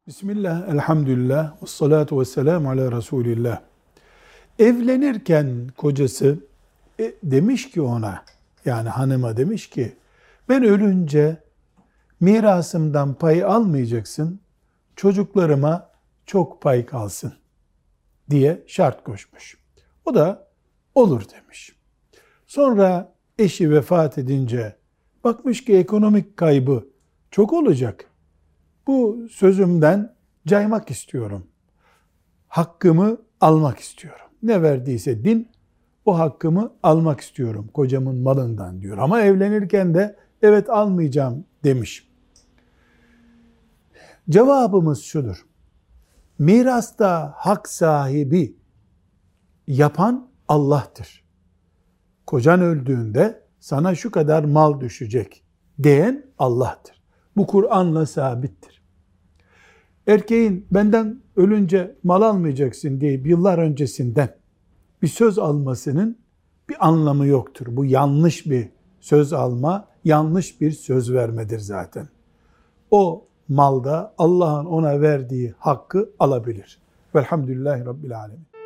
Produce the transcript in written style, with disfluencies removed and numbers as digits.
Bismillah, elhamdülillah, ve salatu ve selamu ala Resulillah. Evlenirken kocası demiş ki ona, yani hanıma demiş ki, ben ölünce mirasımdan pay almayacaksın, çocuklarıma çok pay kalsın diye şart koşmuş. O da olur demiş. Sonra eşi vefat edince bakmış ki ekonomik kaybı çok olacak. Bu sözümden caymak istiyorum. Hakkımı almak istiyorum. Ne verdiyse din, o hakkımı almak istiyorum kocamın malından diyor. Ama evlenirken de evet almayacağım demiş. Cevabımız şudur. Mirasta hak sahibi yapan Allah'tır. Kocan öldüğünde sana şu kadar mal düşecek diyen Allah'tır. Bu Kur'an'la sabittir. Erkeğin benden ölünce mal almayacaksın diye yıllar öncesinden bir söz almasının bir anlamı yoktur. Bu yanlış bir söz alma, yanlış bir söz vermedir zaten. O malda Allah'ın ona verdiği hakkı alabilir. Velhamdülillahi Rabbil Alemin.